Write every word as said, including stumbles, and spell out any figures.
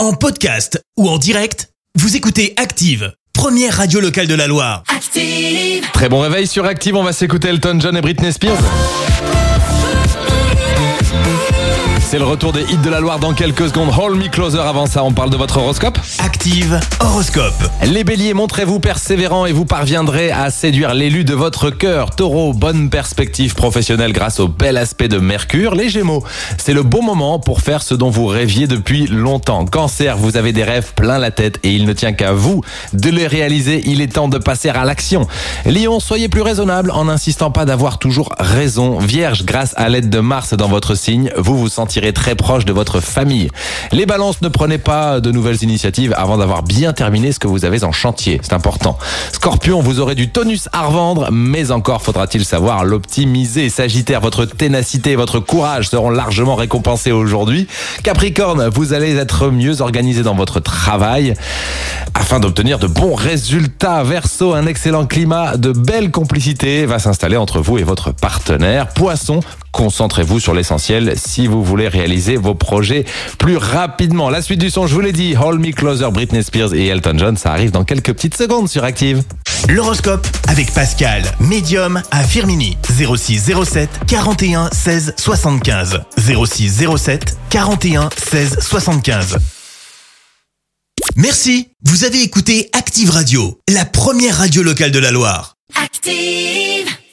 En podcast ou en direct, vous écoutez Active, première radio locale de la Loire. Active. Très bon réveil sur Active, on va s'écouter Elton John et Britney Spears. C'est le retour des hits de la Loire dans quelques secondes. Hold Me Closer, avant ça, on parle de votre horoscope. Active horoscope. Les béliers, montrez-vous persévérants et vous parviendrez à séduire l'élu de votre cœur. Taureau, bonne perspective professionnelle grâce au bel aspect de Mercure. Les gémeaux, c'est le bon moment pour faire ce dont vous rêviez depuis longtemps. Cancer, vous avez des rêves plein la tête et il ne tient qu'à vous de les réaliser. Il est temps de passer à l'action. Lion, soyez plus raisonnable en n'insistant pas d'avoir toujours raison. Vierge, grâce à l'aide de Mars dans votre signe, vous vous sentirez très proche de votre famille. Les balances, ne prenez pas de nouvelles initiatives avant d'avoir bien terminé ce que vous avez en chantier. C'est important. Scorpion, vous aurez du tonus à revendre, mais encore faudra-t-il savoir l'optimiser. Sagittaire, votre ténacité et votre courage seront largement récompensés aujourd'hui. Capricorne, vous allez être mieux organisé dans votre travail afin d'obtenir de bons résultats. Verseau, un excellent climat de belle complicité va s'installer entre vous et votre partenaire. Poisson, concentrez-vous sur l'essentiel si vous voulez réaliser vos projets plus rapidement. La suite du son, je vous l'ai dit, Hold Me Closer, Britney Spears et Elton John, ça arrive dans quelques petites secondes sur Active. L'horoscope avec Pascal, médium à Firmini. zéro six zéro sept quarante et un seize soixante-quinze. zéro six zéro sept quarante et un seize soixante-quinze. Merci, vous avez écouté Active Radio, la première radio locale de la Loire. Active.